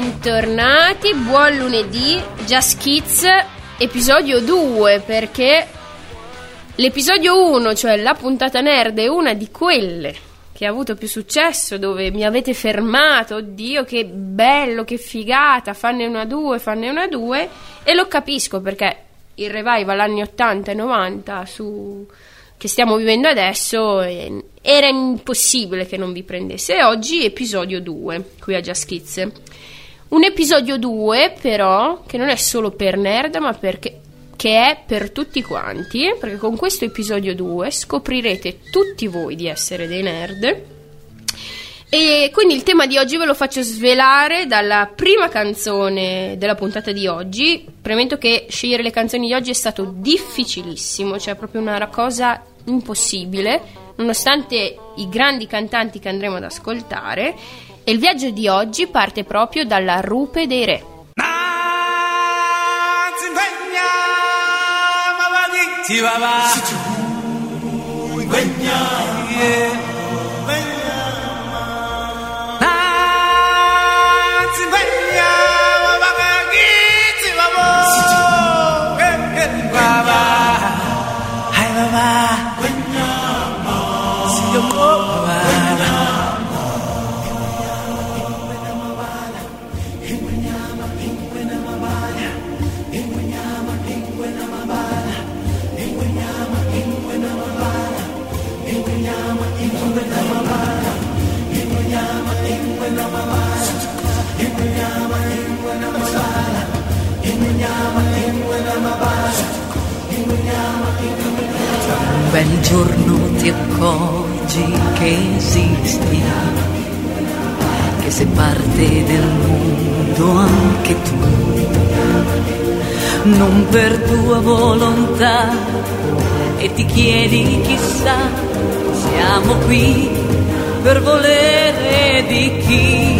Bentornati, buon lunedì, Just Kids, episodio 2, perché l'episodio 1, cioè la puntata nerd, è una di quelle che ha avuto più successo, dove mi avete fermato, oddio che bello, che figata, fanne una 2, e lo capisco perché il revival anni 80 e 90 che stiamo vivendo adesso era impossibile che non vi prendesse. E oggi episodio 2 qui a Just Kids. Un episodio 2 però che non è solo per nerd, ma che è per tutti quanti, perché con questo episodio 2 scoprirete tutti voi di essere dei nerd. E quindi il tema di oggi ve lo faccio svelare dalla prima canzone della puntata di oggi. Premetto che scegliere le canzoni di oggi è stato difficilissimo, cioè proprio una cosa impossibile, nonostante i grandi cantanti che andremo ad ascoltare. E il viaggio di oggi parte proprio dalla Rupe dei Re. Un bel giorno ti accorgi che esisti, che sei parte del mondo anche tu, non per tua volontà, e ti chiedi chissà, siamo qui per volere di chi.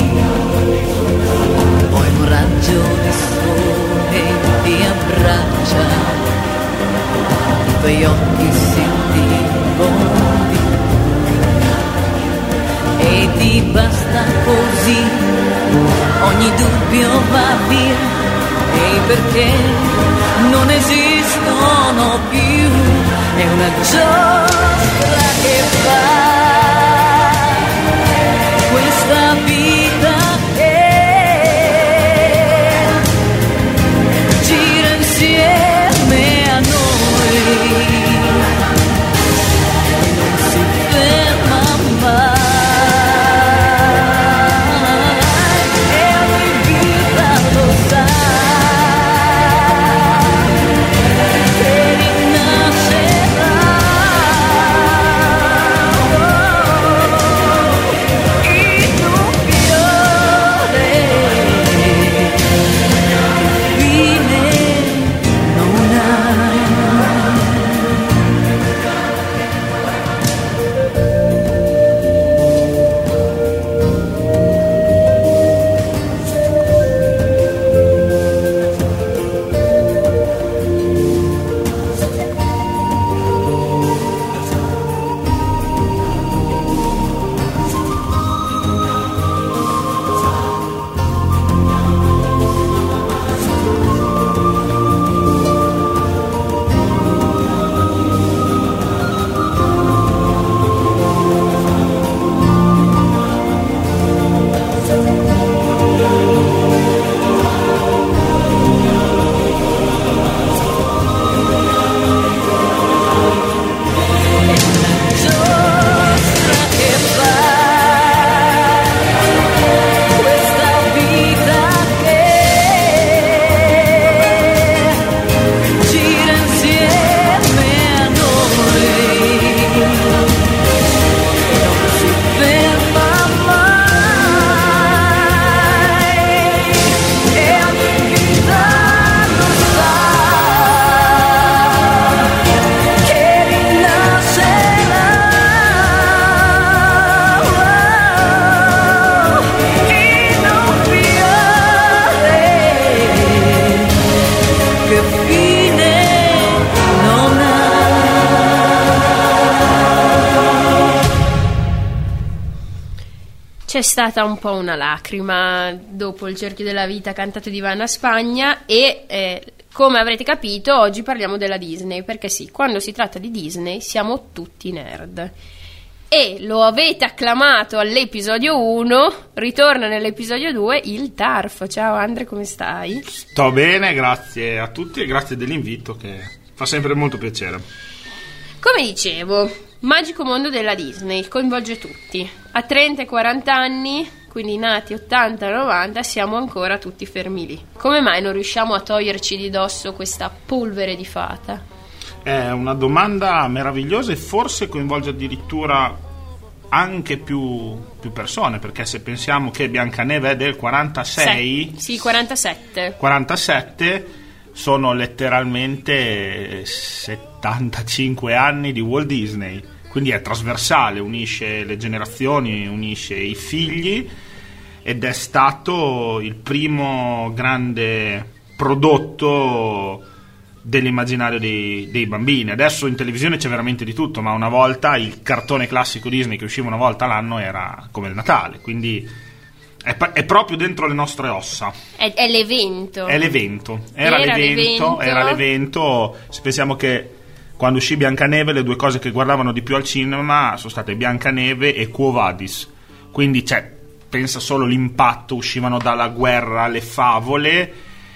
Poi un raggio di sole ti abbraccia, i tuoi occhi si illuminano e ti basta così, ogni dubbio va via, e perché non esistono più, è una giostra che fa questa vita e gira insieme a noi, non si ferma mai, e ogni vita lo sa che rinascerà. I dubbi c'è stata un po' una lacrima dopo Il cerchio della vita cantato di Vanna Spagna e come avrete capito oggi parliamo della Disney, perché sì, quando si tratta di Disney siamo tutti nerd. E lo avete acclamato all'episodio 1, ritorna nell'episodio 2 il TARF. Ciao Andre, come stai? Sto bene, grazie a tutti e grazie dell'invito che fa sempre molto piacere. Come dicevo, magico mondo della Disney, coinvolge tutti. A 30 e 40 anni, quindi nati 80 e 90, siamo ancora tutti fermi lì. Come mai non riusciamo a toglierci di dosso questa polvere di fata? È una domanda meravigliosa e forse coinvolge addirittura anche più persone, perché se pensiamo che Biancaneve è del 46, sì, 47, sono letteralmente 75 anni di Walt Disney, quindi è trasversale, unisce le generazioni, unisce i figli ed è stato il primo grande prodotto dell'immaginario dei bambini. Adesso in televisione c'è veramente di tutto, ma una volta il cartone classico Disney che usciva una volta l'anno era come il Natale, quindi è proprio dentro le nostre ossa. È l'evento. Era l'evento. Se pensiamo che quando uscì Biancaneve le due cose che guardavano di più al cinema sono state Biancaneve e Quo Vadis, quindi pensa solo l'impatto, uscivano dalla guerra le favole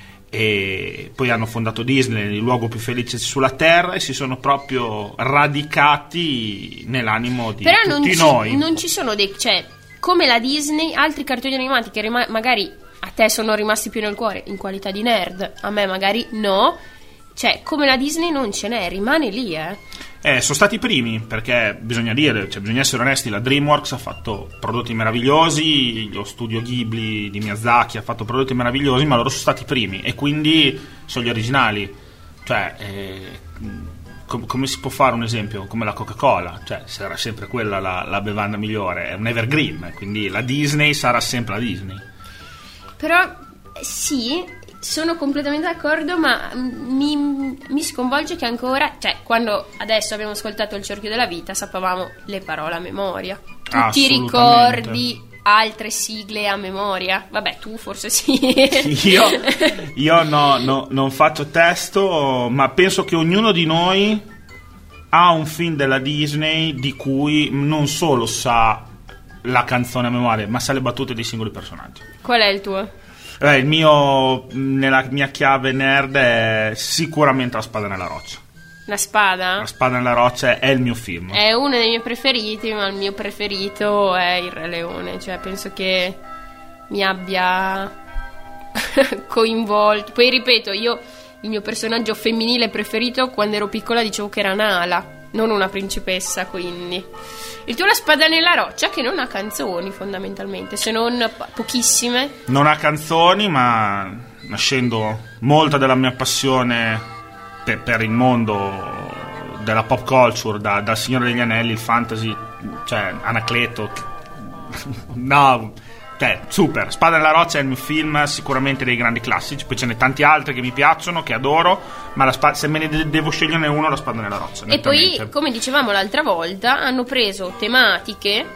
e poi hanno fondato Disney, il luogo più felice sulla terra, e si sono proprio radicati nell'animo di tutti noi. Non ci sono come la Disney, altri cartoni animati che magari a te sono rimasti più nel cuore in qualità di nerd, a me magari no, come la Disney non ce n'è, rimane lì. Sono stati i primi, perché bisogna essere onesti, la DreamWorks ha fatto prodotti meravigliosi, lo studio Ghibli di Miyazaki ha fatto prodotti meravigliosi, ma loro sono stati i primi e quindi sono gli originali. Come si può fare un esempio? Come la Coca-Cola, sarà sempre quella la bevanda migliore, è un evergreen, quindi la Disney sarà sempre la Disney. Però sì, sono completamente d'accordo, ma mi sconvolge che ancora, quando adesso abbiamo ascoltato Il cerchio della vita, sapevamo le parole a memoria. Tu ti ricordi altre sigle a memoria? Vabbè, tu forse sì. Io no, non faccio testo, ma penso che ognuno di noi ha un film della Disney di cui non solo sa la canzone a memoria, ma sa le battute dei singoli personaggi. Qual è il tuo? Il mio, nella mia chiave nerd, è sicuramente La spada nella roccia. La spada? La spada nella roccia è il mio film. È uno dei miei preferiti, ma il mio preferito è Il Re Leone. Penso che mi abbia coinvolto. Poi ripeto, il mio personaggio femminile preferito quando ero piccola dicevo che era Nala, non una principessa, quindi. Il tuo La spada nella roccia, che non ha canzoni fondamentalmente, se non pochissime. Non ha canzoni, ma nascendo molta della mia passione per il mondo della pop culture, dal Signore degli Anelli, il fantasy, Anacleto, no, super. Spada nella roccia è il mio film sicuramente dei grandi classici, poi ce ne tanti altri che mi piacciono, che adoro, ma se me ne devo sceglierne uno, La spada nella roccia. E poi, come dicevamo l'altra volta, hanno preso tematiche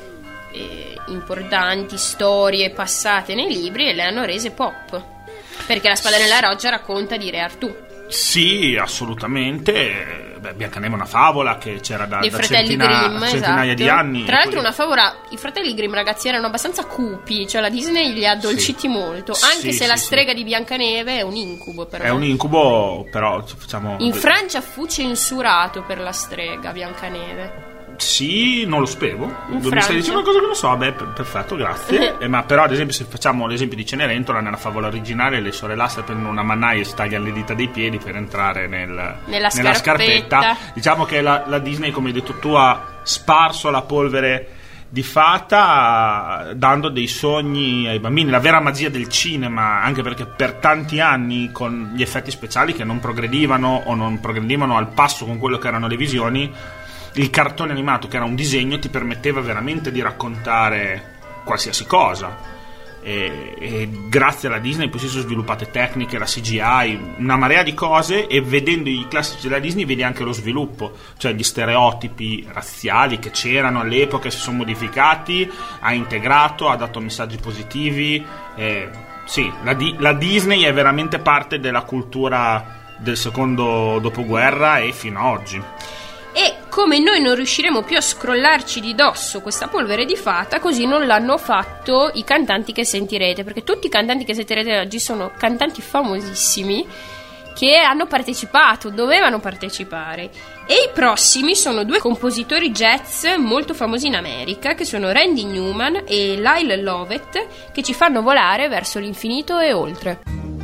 importanti, storie passate nei libri e le hanno rese pop, perché La spada nella roccia racconta di Re Artù. Sì, assolutamente. Biancaneve è una favola che c'era da Grimm, centinaia di anni. Tra l'altro una favola, i fratelli Grimm, ragazzi, erano abbastanza cupi, la Disney li ha addolciti molto, anche se la strega di Biancaneve è un incubo per me. È un incubo, però facciamo... In Francia fu censurato per la strega Biancaneve. Sì, non lo sapevo. Mi stai dicendo una cosa che non so. Perfetto, grazie. Ma però, ad esempio, se facciamo l'esempio di Cenerentola, nella favola originale le sorellastre prendono una mannaia e si tagliano le dita dei piedi per entrare nella scarpetta. Diciamo che la Disney, come hai detto tu, ha sparso la polvere di fata dando dei sogni ai bambini, la vera magia del cinema, anche perché per tanti anni con gli effetti speciali che non progredivano o non progredivano al passo con quello che erano le visioni, il cartone animato, che era un disegno, ti permetteva veramente di raccontare qualsiasi cosa. e grazie alla Disney poi si sono sviluppate tecniche, la CGI, una marea di cose, e vedendo i classici della Disney vedi anche lo sviluppo, cioè gli stereotipi razziali che c'erano all'epoca si sono modificati, ha integrato, ha dato messaggi positivi. Sì, la Disney è veramente parte della cultura del secondo dopoguerra e fino ad oggi. E come noi non riusciremo più a scrollarci di dosso questa polvere di fata, così non l'hanno fatto i cantanti che sentirete, perché tutti i cantanti che sentirete oggi sono cantanti famosissimi che hanno partecipato, dovevano partecipare. E i prossimi sono due compositori jazz molto famosi in America, che sono Randy Newman e Lyle Lovett, che ci fanno volare verso l'infinito e oltre.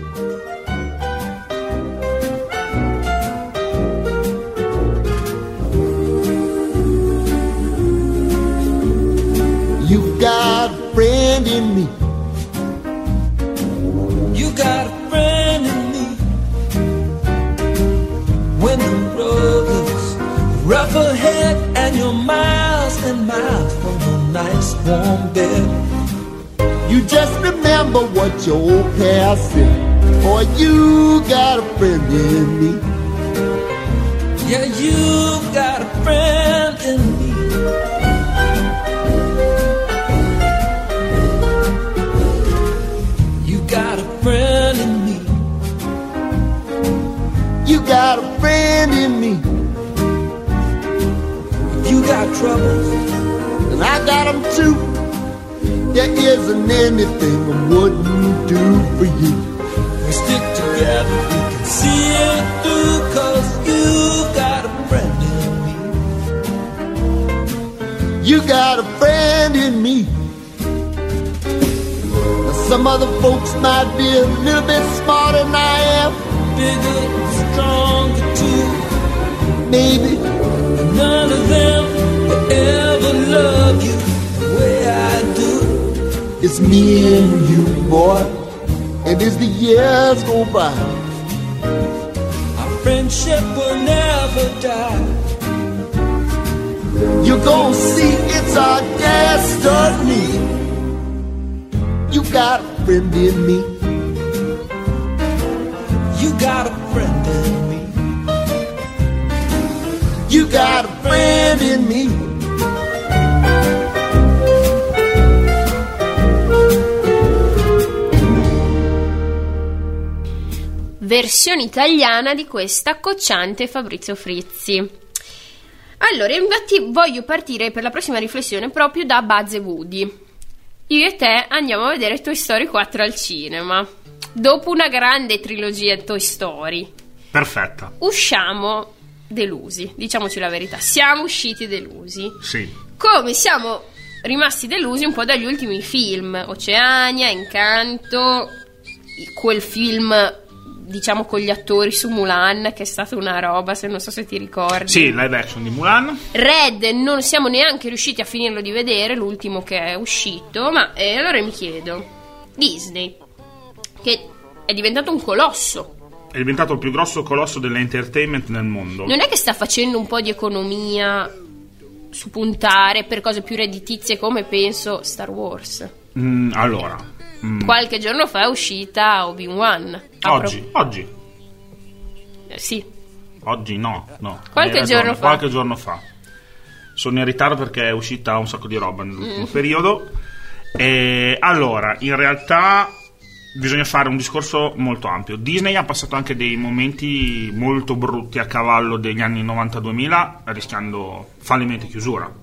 You got a friend in me. You got a friend in me. When the road looks rough ahead and you're miles and miles from a nice warm bed, You just remember what your old past said. Boy, you got a friend in me. yeah, you got a friend in me. You got a friend in me. You got a friend in me. You got troubles, And I got them too. There isn't anything I wouldn't do for you. we stick together, we can see it through, 'cause you got a friend in me. You got a friend in me. Now, some other folks might be a little bit smarter than I am. Bigger and stronger too. Maybe. None of them will ever love you the way I do. It's me and you, boy. And as the years go by, Our friendship will never die. you're gonna see it's our destiny. You got a friend in me. You got a friend in me. You got a friend in me. Versione italiana di questa cocciante Fabrizio Frizzi. Allora, infatti voglio partire per la prossima riflessione proprio da Buzz e Woody. Io e te andiamo a vedere Toy Story 4 al cinema, dopo una grande trilogia Toy Story. Perfetta. Usciamo delusi, diciamoci la verità, siamo usciti delusi. Sì. Come siamo rimasti delusi un po' dagli ultimi film, Oceania, Encanto, quel film diciamo con gli attori su Mulan, che è stata una roba, se non so se ti ricordi. Sì, live action di Mulan. Red non siamo neanche riusciti a finirlo di vedere, l'ultimo che è uscito, ma allora mi chiedo, Disney, che è diventato un colosso, È diventato il più grosso colosso dell'entertainment nel mondo. non è che sta facendo un po' di economia su puntare per cose più redditizie come penso Star Wars? Allora, Qualche giorno fa è uscita Obi-Wan. oggi. Sì. Oggi no. Qualche Hai giorno ragione, fa. Qualche giorno fa. Sono in ritardo perché è uscita un sacco di roba nell'ultimo periodo. E allora, in realtà bisogna fare un discorso molto ampio. Disney ha passato anche dei momenti molto brutti a cavallo degli anni 90-2000, rischiando fallimento e chiusura.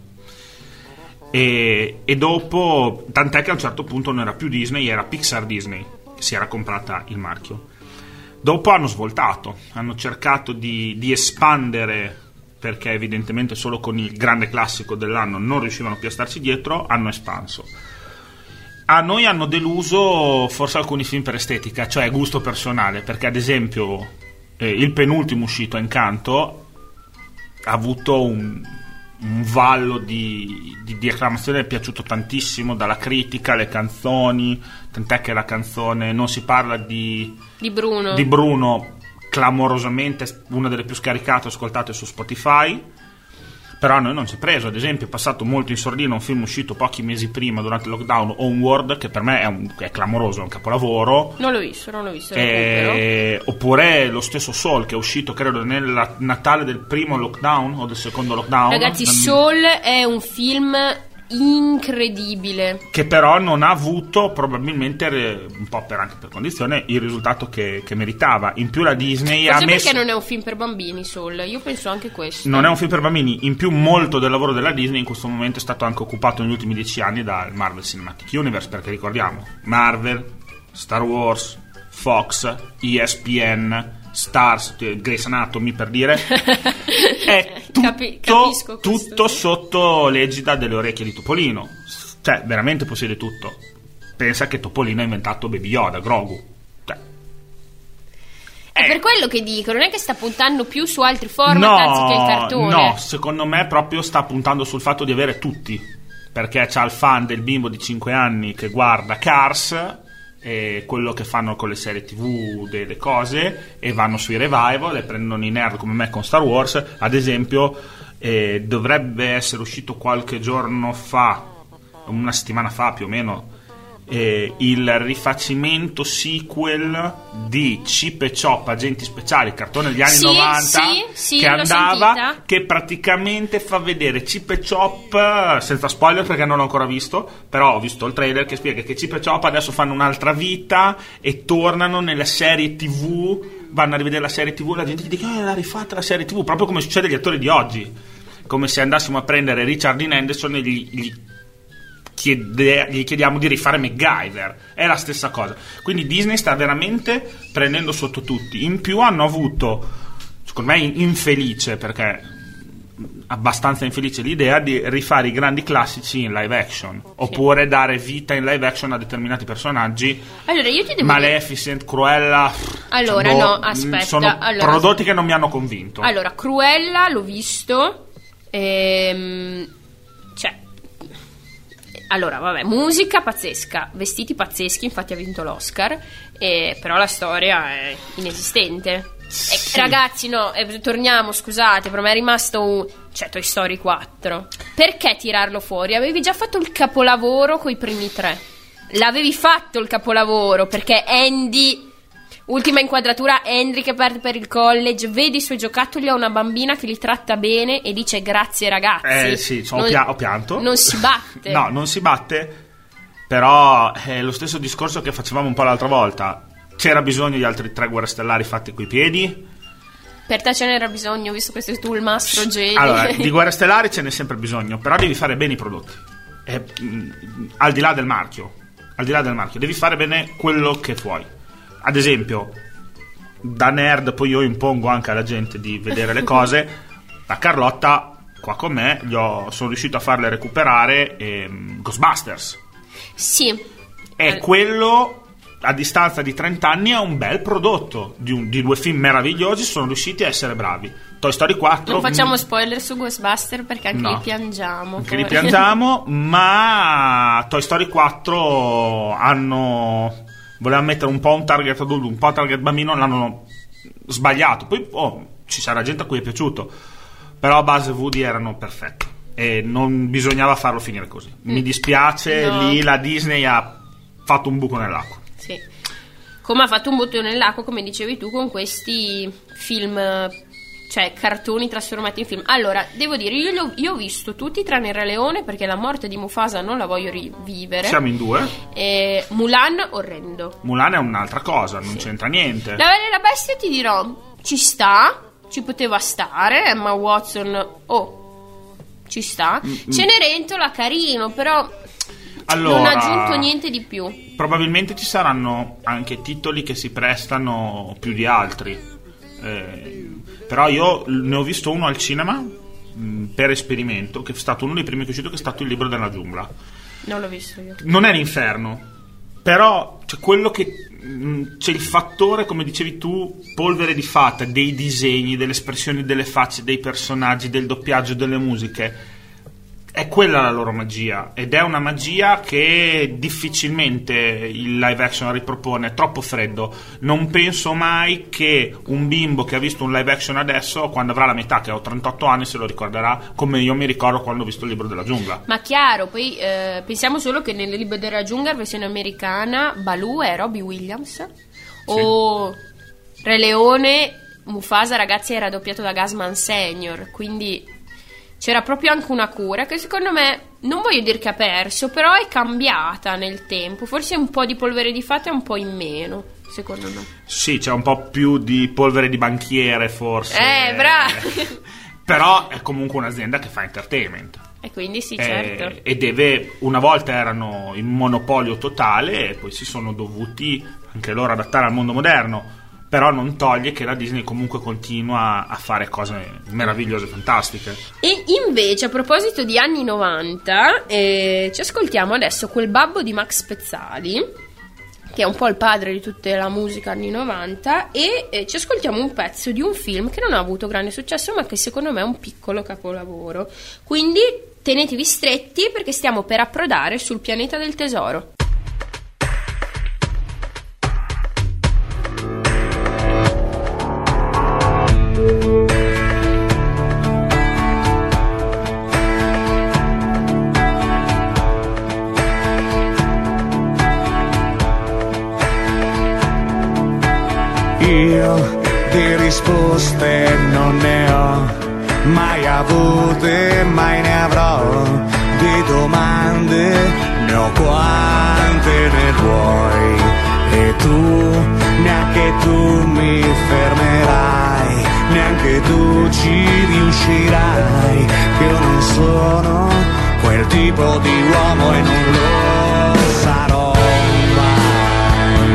E dopo, tant'è che a un certo punto non era più Disney, era Pixar Disney, che si era comprata il marchio. Dopo hanno svoltato, hanno cercato di espandere, perché evidentemente solo con il grande classico dell'anno non riuscivano più a starci dietro, hanno espanso. A noi hanno deluso forse alcuni film per estetica, cioè gusto personale, perché ad esempio il penultimo uscito, Encanto, ha avuto un vallo di acclamazione, è piaciuto tantissimo dalla critica, le canzoni, tant'è che la canzone Non si parla di Bruno clamorosamente una delle più scaricate e ascoltate su Spotify. però a noi non ci è preso. Ad esempio è passato molto in sordina un film uscito pochi mesi prima durante il lockdown, Onward, che per me è clamoroso, è un capolavoro. Non l'ho visto. Oppure lo stesso Soul, che è uscito credo nel Natale del primo lockdown o del secondo lockdown. Ragazzi, Soul è un film incredibile, che però non ha avuto probabilmente un po' anche per condizione il risultato che meritava. In più la Disney forse ha messo, perché non è un film per bambini, Soul, io penso anche questo. Non è un film per bambini. In più molto del lavoro della Disney in questo momento è stato anche occupato negli ultimi 10 anni dal Marvel Cinematic Universe, perché ricordiamo Marvel, Star Wars, Fox, ESPN, Stars, Grey's Anatomy, per dire, è tutto sotto l'egida delle orecchie di Topolino. Cioè veramente possiede tutto. Pensa che Topolino ha inventato Baby Yoda, Grogu. È per quello che dico, non è che sta puntando più su altri format anziché il cartone. No, secondo me proprio sta puntando sul fatto di avere tutti, perché c'ha il fan del bimbo di 5 anni che guarda Cars e quello che fanno con le serie TV delle cose, e vanno sui revival e prendono i nerd come me con Star Wars. Ad esempio dovrebbe essere uscito qualche giorno fa, una settimana fa più o meno, il rifacimento sequel di Chip e Chop Agenti Speciali, cartone degli anni 90, che andava, che praticamente fa vedere Chip e Chop, senza spoiler perché non l'ho ancora visto, però ho visto il trailer che spiega che Chip e Chop adesso fanno un'altra vita e tornano nella serie TV, vanno a rivedere la serie TV e la gente gli dice l'ha rifatta la serie TV, proprio come succede agli attori di oggi, come se andassimo a prendere Richard Dean Anderson e gli chiediamo di rifare MacGyver. È la stessa cosa. Quindi Disney sta veramente prendendo sotto tutti. In più hanno avuto, secondo me infelice, perché abbastanza infelice, l'idea di rifare i grandi classici in live action, oppure dare vita in live action a determinati personaggi. Allora io ti devo Maleficent, Cruella. Allora no, aspetta, sono prodotti che non mi hanno convinto. Allora Cruella l'ho visto, allora, vabbè, musica pazzesca, vestiti pazzeschi, infatti ha vinto l'Oscar, però la storia è inesistente. Sì. Ragazzi, no, torniamo, scusate, però mi è rimasto Toy Story 4. Perché tirarlo fuori? Avevi già fatto il capolavoro coi primi 3. L'avevi fatto il capolavoro, perché Andy... Ultima inquadratura, Henry che parte per il college, vede i suoi giocattoli, ha una bambina che li tratta bene e dice grazie ragazzi. Sì, ho pianto. Non si batte. No, non si batte, però è lo stesso discorso che facevamo un po' l'altra volta. C'era bisogno di altri 3 guerre stellari fatti coi piedi? Per te ce n'era bisogno, visto che sei tu il mastro Jedi. Allora, di guerre stellari ce n'è sempre bisogno, però devi fare bene i prodotti. Al di là del marchio, devi fare bene quello che vuoi. Ad esempio, da nerd, poi io impongo anche alla gente di vedere le cose. La Carlotta, qua con me, sono riuscito a farle recuperare Ghostbusters. Sì. E quello, a distanza di 30 anni, è un bel prodotto. Di 2 film meravigliosi, sono riusciti a essere bravi. Toy Story 4... Non facciamo spoiler su Ghostbusters perché anche lì piangiamo. Anche lì piangiamo, ma Toy Story 4 voleva mettere un po' un target adulto, un po' un target bambino, l'hanno sbagliato. Poi ci sarà gente a cui è piaciuto, però Buzz e Woody erano perfetti e non bisognava farlo finire così. Mi dispiace, no. Lì la Disney ha fatto un buco nell'acqua. Sì, come ha fatto un buco nell'acqua, come dicevi tu, con questi film, cioè cartoni trasformati in film. Allora, devo dire, io ho visto tutti tranne il Re Leone, perché la morte di Mufasa non la voglio rivivere. Siamo in 2. Mulan, orrendo. Mulan è un'altra cosa, non c'entra niente. La Bella e la Bestia, ti dirò, ci poteva stare. Emma Watson, ci sta. Cenerentola, carino, però allora, non ha aggiunto niente di più. Probabilmente ci saranno anche titoli che si prestano più di altri. Però io ne ho visto uno al cinema per esperimento, che è stato uno dei primi che è uscito, che è stato Il libro della giungla. Non l'ho visto io. Non è l'inferno, però c'è quello che c'è il fattore, come dicevi tu, polvere di fata, dei disegni, delle espressioni delle facce dei personaggi, del doppiaggio, delle musiche. è quella la loro magia, ed è una magia che difficilmente il live action ripropone, è troppo freddo. Non penso mai che un bimbo che ha visto un live action adesso, quando avrà la mia età, che ho 38 anni, se lo ricorderà come io mi ricordo quando ho visto il Libro della giungla. Ma chiaro, poi pensiamo solo che nel Libro della giungla, versione americana, Baloo è Robbie Williams, o Re Leone, Mufasa, ragazzi, era doppiato da Gasman Senior, quindi c'era proprio anche una cura che secondo me, non voglio dire che ha perso, però è cambiata nel tempo. Forse un po' di polvere di fato e un po' in meno, secondo me. Sì, c'è un po' più di polvere di banchiere forse. Bravo! Però è comunque un'azienda che fa entertainment. E quindi sì, certo. E deve, una volta erano in monopolio totale e poi si sono dovuti anche loro adattare al mondo moderno. Però non toglie che la Disney comunque continua a fare cose meravigliose, fantastiche. E invece, a proposito di anni 90, ci ascoltiamo adesso quel babbo di Max Pezzali, che è un po' il padre di tutta la musica anni 90, e ci ascoltiamo un pezzo di un film che non ha avuto grande successo, ma che secondo me è un piccolo capolavoro. Quindi tenetevi stretti, perché stiamo per approdare sul pianeta del tesoro. Io di risposte non ne ho mai avute, mai ne avrò. Di domande ne ho quante ne vuoi, e tu, neanche tu mi fermerai, neanche tu ci riuscirai, che io non sono quel tipo di uomo e non lo sarò mai.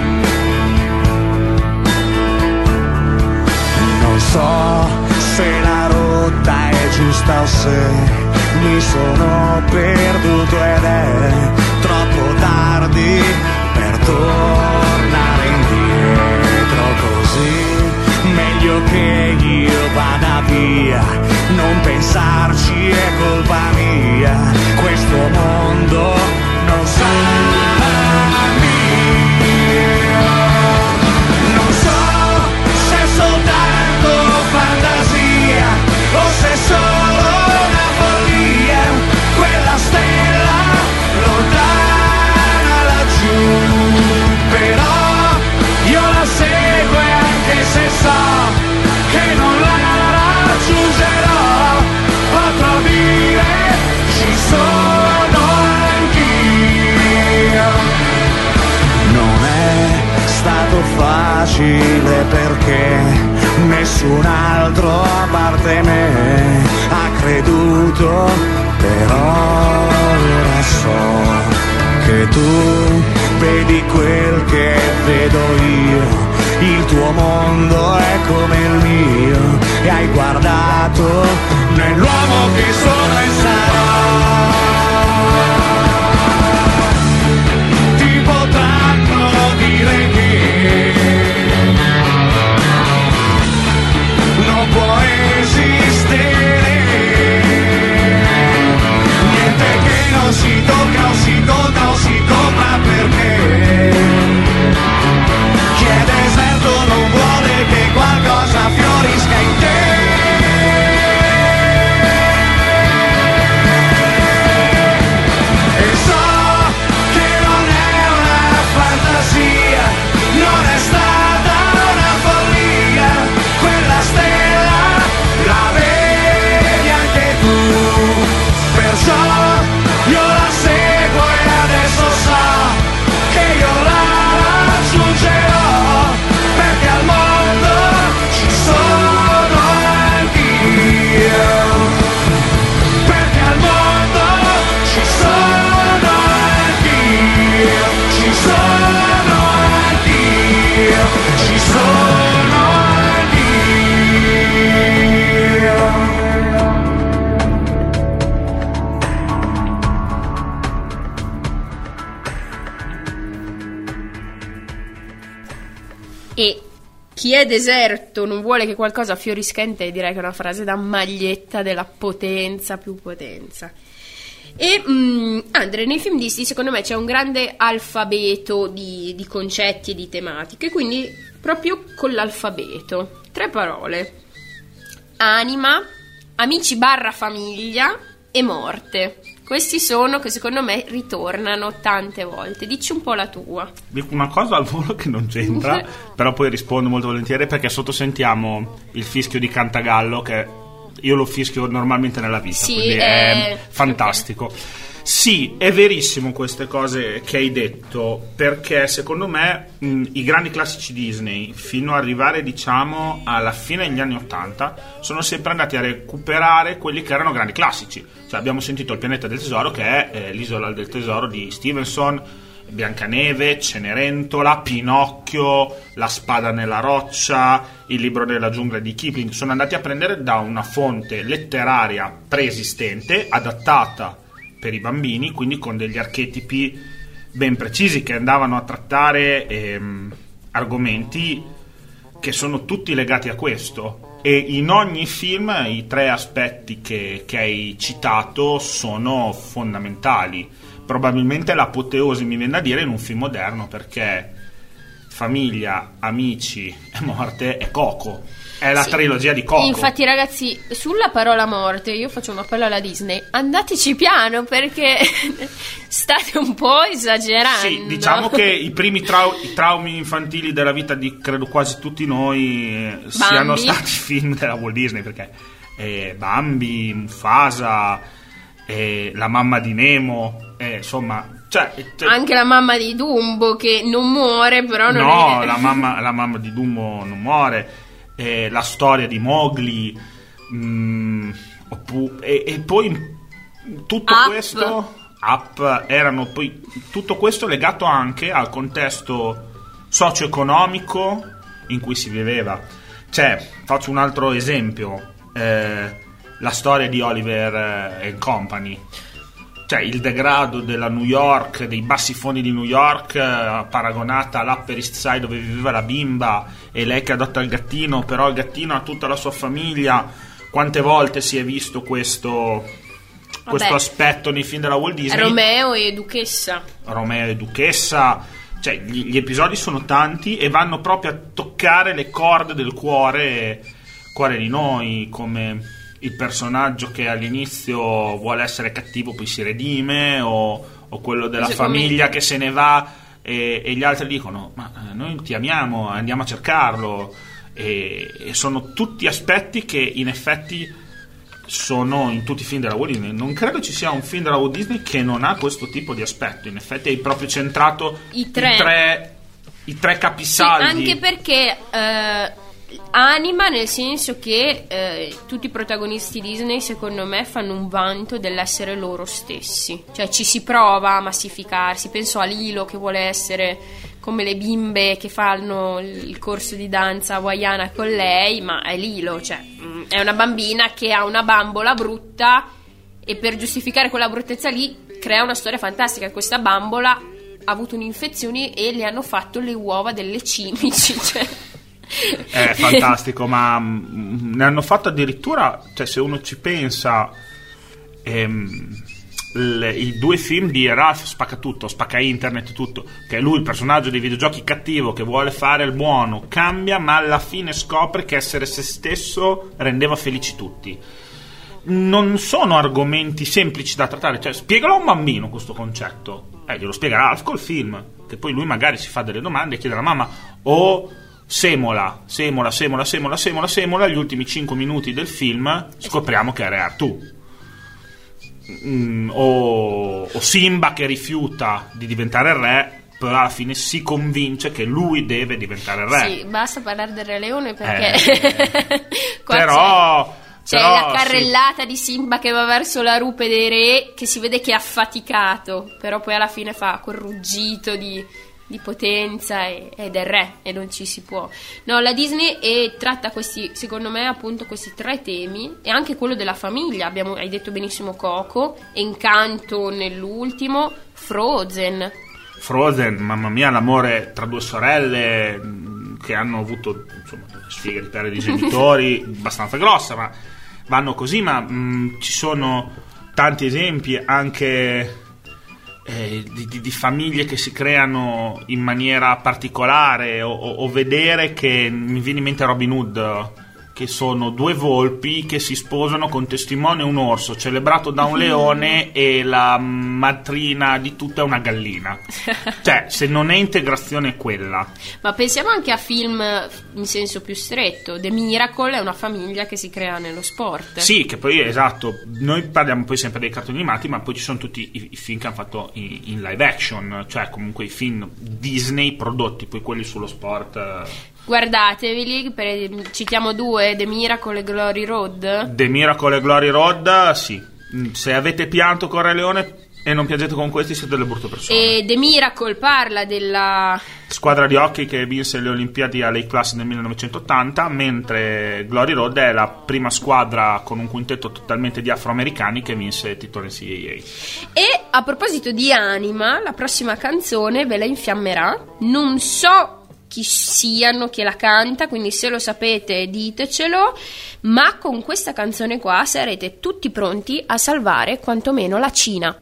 Non so se la rotta è giusta o se mi sono perduto ed è troppo tardi per tornare indietro, così meglio che io vada via, non pensarci è colpa mia, questo mondo non sarà mio. Non so se è soltanto fantasia o se è solo una follia, quella stella lontana laggiù, però io la seguo e anche se so che non la raggiungerò, potrò dire ci sono anch'io. Non è stato facile perché nessun altro a parte me ha creduto, però ora so che tu vedi quel che vedo io, il tuo mondo è come il mio e hai guardato nell'uomo che sono e sarò. Ti potranno dire che non può esistere niente che non si tocca o si tocca o si compra, perché chi è deserto non vuole che qualcosa fiorisca in te. E so che non è una fantasia, non è stata una follia, quella stella la vedi anche tu, perciò io la seguo e adesso so che io la raggiungerò, perché al mondo ci sono anch'io, perché al mondo ci sono anch'io, ci sono anch'io, ci sono anch'io. E chi è deserto non vuole che qualcosa fiorisca in te, direi che è una frase da maglietta della potenza più potenza. E Andre, nei film Disney secondo me c'è un grande alfabeto di concetti e di tematiche, quindi proprio con l'alfabeto 3 parole: anima, amici / famiglia e morte. Questi sono che secondo me ritornano tante volte. Dici un po' la tua. Dico una cosa al volo che non c'entra, però poi rispondo molto volentieri, perché sottosentiamo il fischio di Cantagallo, che io lo fischio normalmente nella vita, sì, quindi è fantastico. Sì, è verissimo queste cose che hai detto, perché secondo me i grandi classici Disney, fino ad arrivare diciamo alla fine degli anni '80, sono sempre andati a recuperare quelli che erano grandi classici. Cioè abbiamo sentito Il pianeta del tesoro, che è l'isola del tesoro di Stevenson, Biancaneve, Cenerentola, Pinocchio, La spada nella roccia, Il libro della giungla di Kipling. Sono andati a prendere da una fonte letteraria preesistente, adattata per i bambini, quindi con degli archetipi ben precisi che andavano a trattare argomenti che sono tutti legati a questo. E in ogni film i 3 aspetti che hai citato sono fondamentali. Probabilmente l'apoteosi, mi viene da dire, in un film moderno, perché famiglia, amici e morte è Coco. È la trilogia di Coco. Infatti ragazzi, sulla parola morte io faccio un appello alla Disney: andateci piano, perché state un po' esagerando. Sì, diciamo che i primi traumi infantili della vita di credo quasi tutti noi siano stati film della Walt Disney, perché Bambi, Mufasa, la mamma di Nemo, insomma, anche la mamma di Dumbo, che non muore, però non è... la mamma di Dumbo non muore. La storia di Mowgli, e poi tutto questo erano poi tutto questo legato anche al contesto socio-economico in cui si viveva. Faccio un altro esempio, la storia di Oliver and Company. Il degrado della New York, dei bassi fondi di New York, paragonata all'Upper East Side dove viveva la bimba e lei che adotta il gattino, però il gattino ha tutta la sua famiglia. Quante volte si è visto questo aspetto nei film della Walt Disney? Romeo e Duchessa, gli episodi sono tanti e vanno proprio a toccare le corde del cuore di noi, come il personaggio che all'inizio vuole essere cattivo poi si redime, o quello della famiglia che se ne va e gli altri dicono ma noi ti amiamo, andiamo a cercarlo, e sono tutti aspetti che in effetti sono in tutti i film della Walt Disney. Non credo ci sia un film della Walt Disney che non ha questo tipo di aspetto. In effetti hai proprio centrato i tre capisaldi. Sì, anche perché anima, nel senso che tutti i protagonisti Disney secondo me fanno un vanto dell'essere loro stessi, ci si prova a massificarsi. Penso a Lilo, che vuole essere come le bimbe che fanno il corso di danza hawaiana con lei, ma è Lilo, è una bambina che ha una bambola brutta e per giustificare quella bruttezza lì crea una storia fantastica. Questa bambola ha avuto un'infezione e le hanno fatto le uova delle cimici, È fantastico, ma ne hanno fatto addirittura, se uno ci pensa, i 2 film di Ralph Spacca Tutto, Spacca Internet Tutto, che è lui il personaggio dei videogiochi cattivo che vuole fare il buono, cambia, ma alla fine scopre che essere se stesso rendeva felici tutti. Non sono argomenti semplici da trattare, spiegalo a un bambino questo concetto, glielo spiega Ralph col film, che poi lui magari si fa delle domande e chiede alla mamma, o semola, gli ultimi 5 minuti del film scopriamo che è Re Artù, o Simba che rifiuta di diventare re, però alla fine si convince che lui deve diventare re. Sì, basta parlare del Re Leone, perché qua però c'è la carrellata di Simba che va verso la rupe dei re, che si vede che è affaticato, però poi alla fine fa quel ruggito di potenza ed è re, e non ci si può. No, la Disney tratta questi, secondo me, appunto questi 3 temi, e anche quello della famiglia. Hai detto benissimo Coco, Encanto nell'ultimo, Frozen, mamma mia, l'amore tra 2 sorelle che hanno avuto sfighe di perdere di genitori abbastanza grossa, ma vanno così. Ma ci sono tanti esempi anche di famiglie che si creano in maniera particolare, o vedere che mi viene in mente Robin Hood, che sono due volpi che si sposano con testimone un orso celebrato da un leone e la matrina di tutto è una gallina. Cioè, se non è integrazione quella. Ma pensiamo anche a film in senso più stretto. The Miracle è una famiglia che si crea nello sport. Sì, che poi esatto, noi parliamo poi sempre dei cartoni animati, ma poi ci sono tutti i film che hanno fatto in live action, cioè comunque i film Disney prodotti, poi quelli sullo sport. Guardateveli, citiamo due, The Miracle e Glory Road. The Miracle e Glory Road, sì. Se avete pianto con Re Leone e non piangete con questi, siete delle brutte persone. E The Miracle parla della squadra di hockey che vinse le Olimpiadi a Lake Placid nel 1980, mentre Glory Road è la prima squadra con un quintetto totalmente di afroamericani che vinse il titolo NCAA. E a proposito di anima, la prossima canzone ve la infiammerà. Non so chi siano che la canta, quindi se lo sapete ditecelo, ma con questa canzone qua sarete tutti pronti a salvare quantomeno la Cina.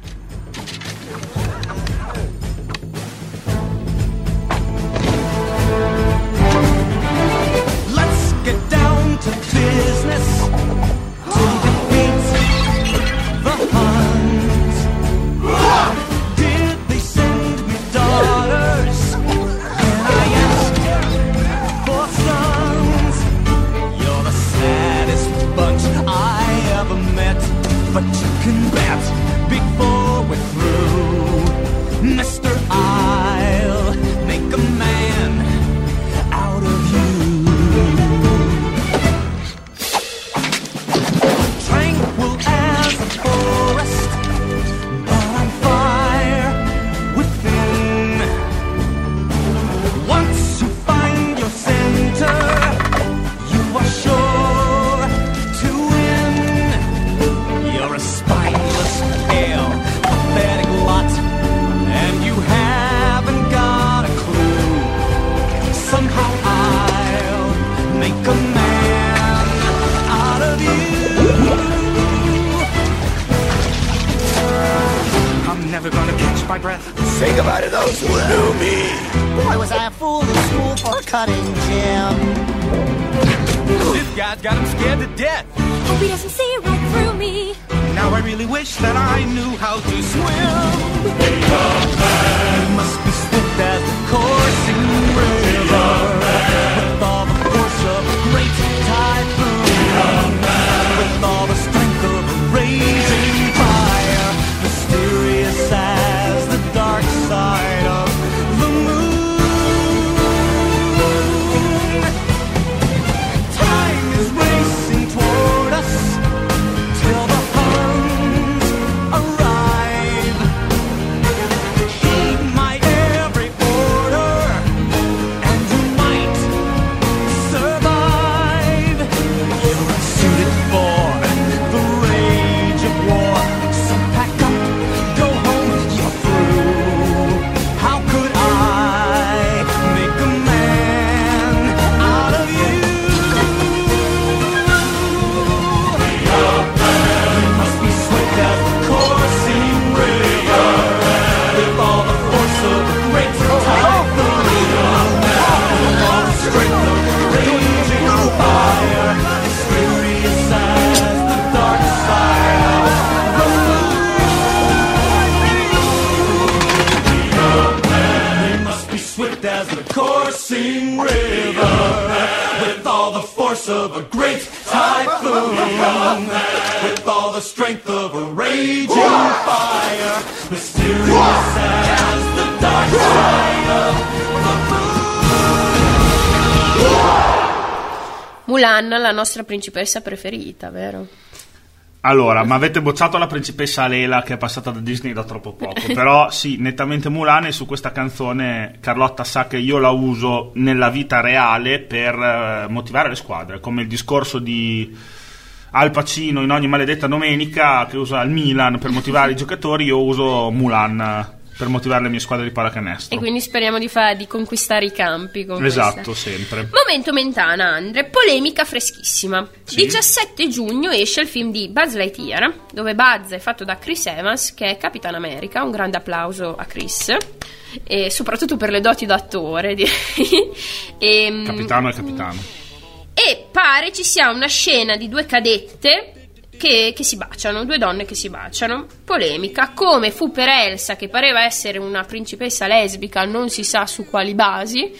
Let's get down to business to defeat the Huns. Did they send me daughters? I asked for sons. You're the saddest bunch I ever met, but you can bet before we're through, Mister, I'll make a man out of you. Tranquil as a forest, but on fire within. Once you find your center, you are sure to win. You're a spineless, pale, pathetic lot, and you haven't got a clue. Somehow I'll make a man out of you. I'm never gonna catch my breath. Say goodbye to those who knew me. Boy, was I a fool in school for cutting Jim. This guy's got him scared to death. Hope he doesn't see right through me. Now I really wish that I knew how to swim. You must be swift as the coursing river, with all the force of a great typhoon, with all the strength of a raging fire, mysterious as the dark side of the moon. Time is racing toward us till the Huns arrive. Heed my every order, and you might survive. You're unsuited for the rage of war, so pack up, go home, you're through. How could I make a man out of you? You must be swift as the coursing river, with all the force of a great typhoon, with all the strength of a raging fire, mysterious as the dark side of the moon. You must be swift as the coursing river, with all the force of a great typhoon, with all the strength of a raging fire, mysterious as the dark side of the moon. Mulan, la nostra principessa preferita, vero? Allora, ma avete bocciato la principessa Leila che è passata da Disney da troppo poco. Però sì, nettamente Mulan, e su questa canzone Carlotta sa che io la uso nella vita reale per motivare le squadre, come il discorso di Al Pacino in Ogni maledetta domenica che usa il Milan per motivare i giocatori. Io uso Mulan per motivare le mie squadre di pallacanestro. E quindi speriamo di conquistare i campi con esatto, questa. sempre. Momento Mentana, Andre, polemica freschissima. Sì. 17 giugno esce il film di Buzz Lightyear, dove Buzz è fatto da Chris Evans, che è Capitan America. Un grande applauso a Chris, e soprattutto per le doti d'attore, direi. Capitano è capitano. E pare ci sia una scena di due cadette che si baciano, due donne che si baciano. Polemica, come fu per Elsa, che pareva essere una principessa lesbica, non si sa su quali basi,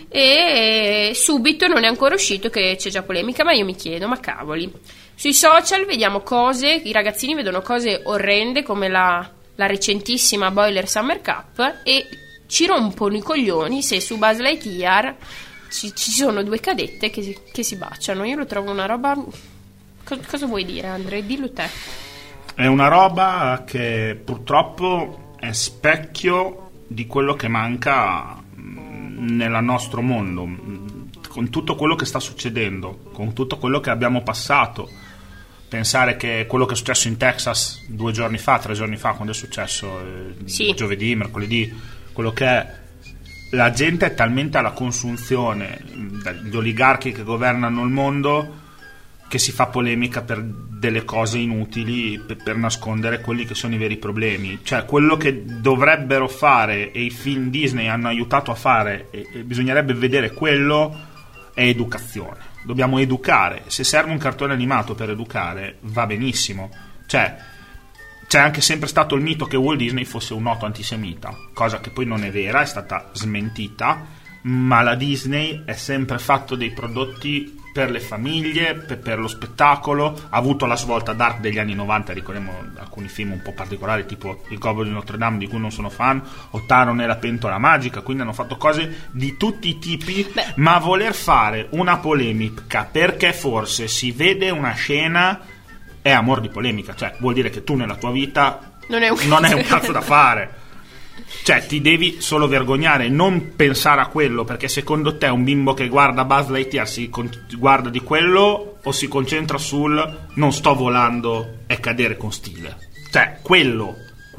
e subito non è ancora uscito che c'è già polemica. Ma io mi chiedo, ma cavoli, sui social vediamo cose, i ragazzini vedono cose orrende come la recentissima Boiler Summer Cup, e ci rompono i coglioni se su Buzz Lightyear ci sono due cadette che si baciano. Io lo trovo una roba... Cosa vuoi dire, Andre? Dillo te. È una roba che purtroppo è specchio di quello che manca nel nostro mondo, con tutto quello che sta succedendo, con tutto quello che abbiamo passato. Pensare che quello che è successo in Texas 2 giorni fa, 3 giorni fa, quando è successo, sì, giovedì, mercoledì, quello che è, la gente è talmente alla consunzione, gli oligarchi che governano il mondo, che si fa polemica per delle cose inutili, per nascondere quelli che sono i veri problemi. Cioè, quello che dovrebbero fare, e i film Disney hanno aiutato a fare, e bisognerebbe vedere quello, è educazione. Dobbiamo educare. Se serve un cartone animato per educare, va benissimo. Cioè, c'è anche sempre stato il mito che Walt Disney fosse un noto antisemita, cosa che poi non è vera, è stata smentita, ma la Disney è sempre fatto dei prodotti per le famiglie, per lo spettacolo. Ha avuto la svolta dark degli anni 90, ricordiamo alcuni film un po' particolari, tipo Il Gobbo di Notre Dame, di cui non sono fan, o Taro nella pentola magica, quindi hanno fatto cose di tutti i tipi. Ma voler fare una polemica perché forse si vede una scena è amor di polemica, cioè vuol dire che tu nella tua vita non è un cazzo da fare. Cioè, ti devi solo vergognare, non pensare a quello, perché secondo te un bimbo che guarda Buzz Lightyear guarda di quello o si concentra sul non sto volando e cadere con stile? Cioè, quello.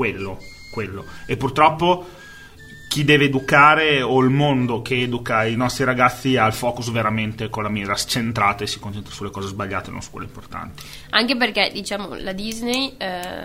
E purtroppo chi deve educare, o il mondo che educa i nostri ragazzi, ha il focus veramente con la mira scentrata e si concentra sulle cose sbagliate e non su quelle importanti. Anche perché, diciamo, la Disney,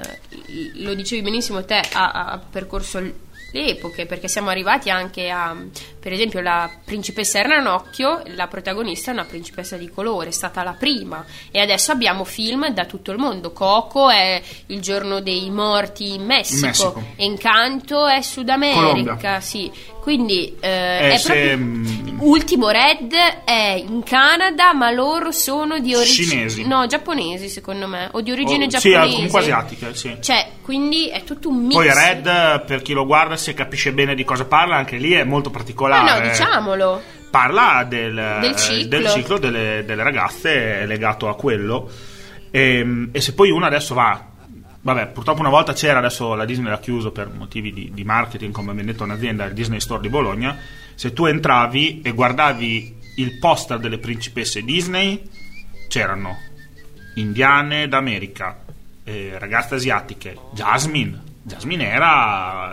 lo dicevi benissimo te, ha percorso le epoche, perché siamo arrivati anche a, per esempio, la principessa Ranocchio, la protagonista è una principessa di colore, è stata la prima, e adesso abbiamo film da tutto il mondo. Coco è Il giorno dei morti in Messico. Encanto è Sud America, Colombia. sì. Quindi è proprio Ultimo Red è in Canada, ma loro sono di origine cinesi, no, giapponesi secondo me, o di origine giapponese. Sì, comunque asiatiche, sì. Cioè, quindi è tutto un mix. Poi Red, per chi lo guarda, se capisce bene di cosa parla, anche lì è molto particolare. No, diciamolo. Parla del ciclo delle ragazze legato a quello. E se poi uno adesso va... Vabbè, purtroppo una volta c'era, adesso la Disney l'ha chiuso per motivi di marketing, come abbiamo detto, un'azienda, il Disney Store di Bologna. Se tu entravi e guardavi il poster delle principesse Disney, c'erano indiane d'America, ragazze asiatiche. Jasmine era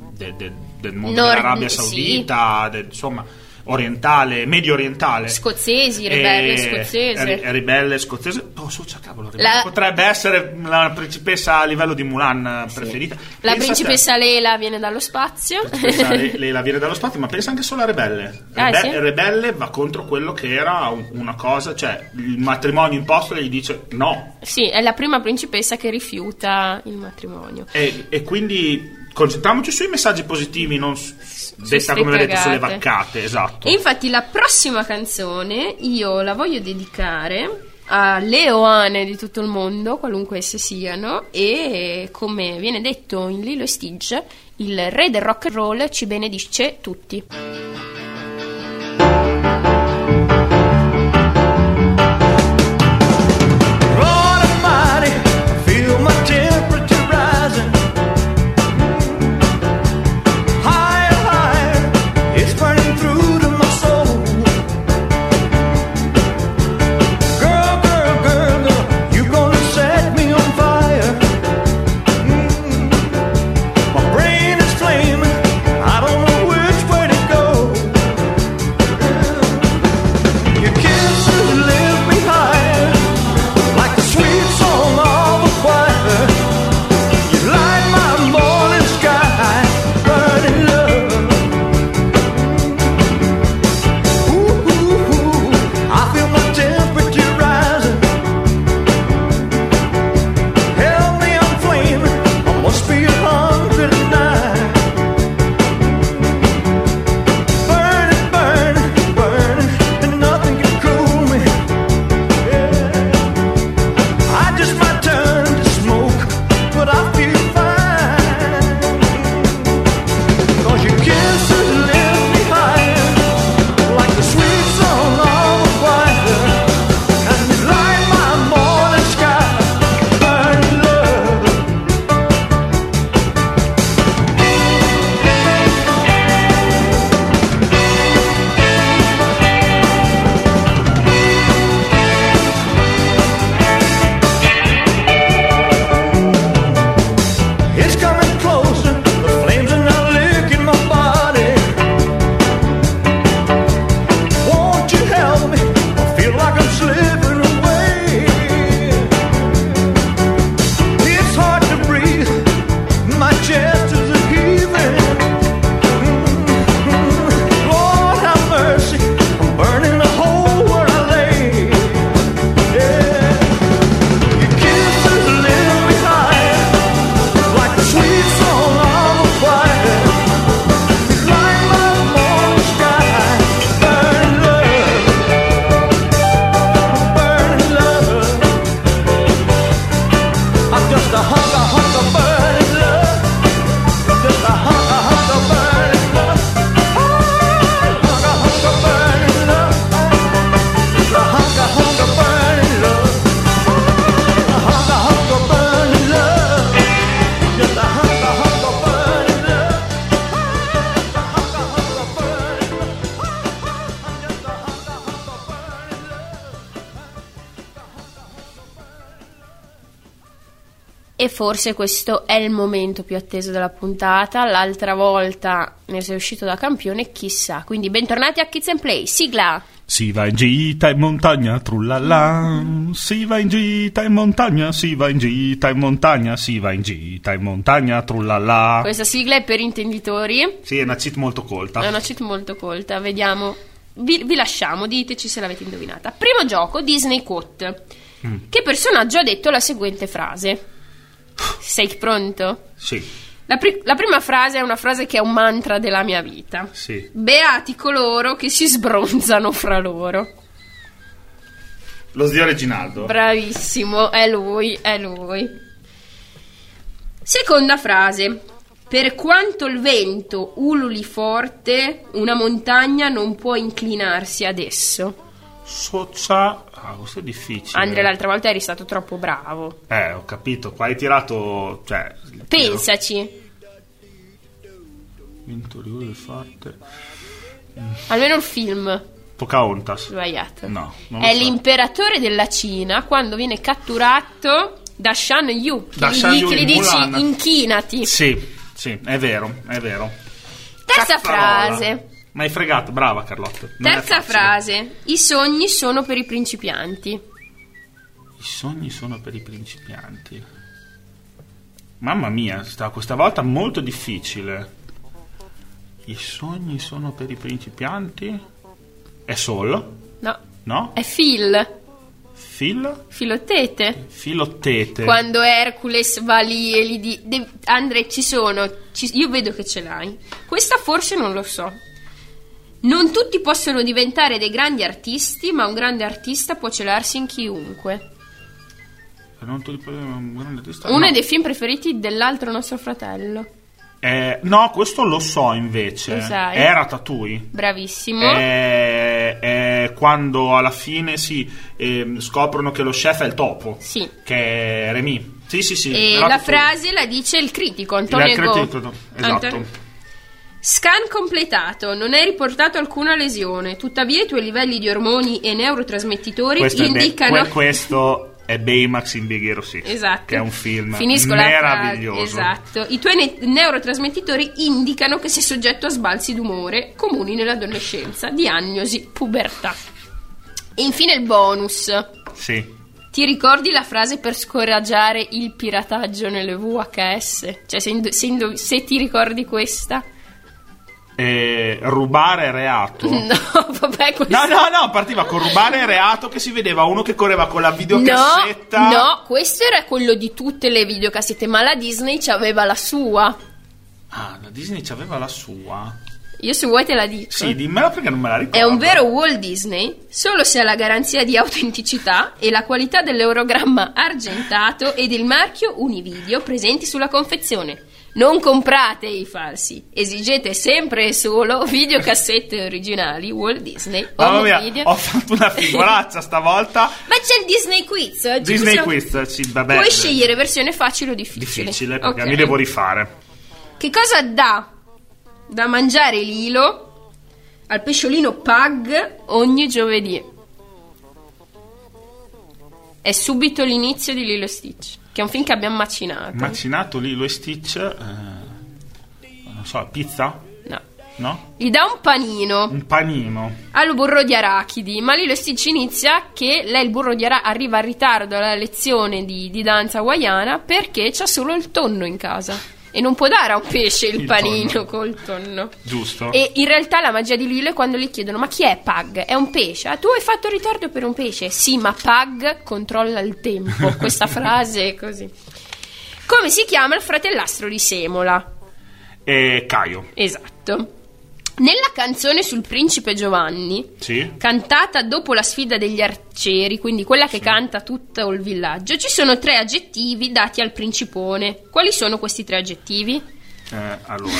del mondo dell'Arabia Saudita, sì. Insomma, orientale, medio orientale, scozzesi, ribelle scozzese, ribelle scozzese. Cavolo, potrebbe essere la principessa a livello di Mulan preferita. La principessa Leila viene dallo spazio. Leila viene dallo spazio, ma pensa anche solo a Rebelle. Sì? Rebelle va contro quello che era una cosa, cioè il matrimonio imposto, e gli dice no. Sì, è la prima principessa che rifiuta il matrimonio. E quindi concentriamoci sui messaggi positivi, non detta come vedete sulle vaccate. Esatto. E infatti la prossima canzone io la voglio dedicare alle Oane di tutto il mondo, qualunque esse siano, e come viene detto in Lilo e Stitch, il re del rock and roll ci benedice tutti. Flame E forse questo è il momento più atteso della puntata. L'altra volta ne sei uscito da campione, chissà. Quindi bentornati a Kids and Play, sigla! Si va in gita in montagna, trullala. Si va in gita in montagna, si va in gita in montagna, si va in gita in montagna, trullala. Questa sigla è per intenditori. Sì, è una cheat molto colta. È una cheat molto colta, vediamo. Vi lasciamo, diteci se l'avete indovinata. Primo gioco, Disney Quote. Che personaggio ha detto la seguente frase? Sei pronto? Sì. La prima frase è una frase che è un mantra della mia vita. Sì. Beati coloro che si sbronzano fra loro. Lo zio Reginaldo. Bravissimo, è lui. Seconda frase. Per quanto il vento ululi forte, una montagna non può inclinarsi ad esso. Questo è difficile. Andrea, l'altra volta eri stato troppo bravo. Ho capito. Qua hai tirato. Cioè. Pensaci. Vento forte. Almeno il film. Pocahontas. Sbagliato. No. Non È lo so. l'imperatore della Cina quando viene catturato da Shan Yu. Da Shan Yu Che gli in dici Mulan. inchinati. Sì, è vero. Terza Cazzarola. frase. Mi hai fregato, brava Carlotta. Non è Terza facile. frase. I sogni sono per i principianti. I sogni sono per i principianti. Mamma mia, questa volta molto difficile. I sogni sono per i principianti? È Sol? No. No? È Phil. Filottete. Quando Hercules va lì e gli dice: Andre, io vedo che ce l'hai. Questa forse non lo so. Non tutti possono diventare dei grandi artisti, ma un grande artista può celarsi in chiunque. Non tutti un grande artista. Uno No. dei film preferiti dell'altro nostro fratello. No, questo lo so invece. Lo sai? È Ratatouille. Bravissimo. È quando alla fine scoprono che lo chef è il topo. Sì. Che è Remy. Sì. E Ratatouille. la frase la dice il critico Antonio Il critico, esatto. Scan completato, non è riportato alcuna lesione, tuttavia i tuoi livelli di ormoni e neurotrasmettitori indicano... Questo è Baymax in Big Hero 6, esatto. che è un film Finisco meraviglioso. Esatto. I tuoi neurotrasmettitori indicano che sei soggetto a sbalzi d'umore comuni nell'adolescenza, diagnosi, pubertà. E infine il bonus. Sì. Ti ricordi la frase per scoraggiare il pirataggio nelle VHS? Cioè se ti ricordi questa? Rubare è reato. No, vabbè, questo... No, partiva con rubare è reato, che si vedeva uno che correva con la videocassetta. No, questo era quello di tutte le videocassette, ma la Disney c'aveva la sua. Ah, la Disney c'aveva la sua. Io se vuoi te la dico. Sì, dimmela perché non me la ricordo. È un vero Walt Disney solo se ha la garanzia di autenticità e la qualità dell'orogramma argentato ed il marchio Univideo presenti sulla confezione. Non comprate i falsi, esigete sempre e solo videocassette originali Walt Disney. Mamma mia, Video. ho fatto una figuraccia stavolta. Ma c'è il Disney Quiz. Oggi Disney possiamo... Quiz, sì, vabbè. Puoi scegliere versione facile o difficile. Difficile, perché Ok. mi devo rifare. Che cosa dà da mangiare Lilo al pesciolino Pug ogni giovedì? È subito l'inizio di Lilo e Stitch, che è un film che abbiamo macinato. Macinato Lilo e Stitch. Non so, pizza? No. No? Gli dà un panino Un panino. al burro di arachidi, ma Lilo e Stitch inizia che lei, il burro di arachidi, arriva in ritardo alla lezione di danza hawaiana perché c'ha solo il tonno in casa e non può dare a un pesce il panino tonno. col tonno. Giusto. E in realtà la magia di Lilo è quando gli chiedono: ma chi è Pug? È un pesce? Ah, tu hai fatto ritardo per un pesce? Sì, ma Pug controlla il tempo. Questa frase è così. Come si chiama il fratellastro di Semola? Caio. Esatto. Nella canzone sul principe Giovanni, Sì. cantata dopo la sfida degli arcieri, quindi quella che canta tutto il villaggio, ci sono 3 aggettivi dati al principone. Quali sono questi 3 aggettivi? Allora.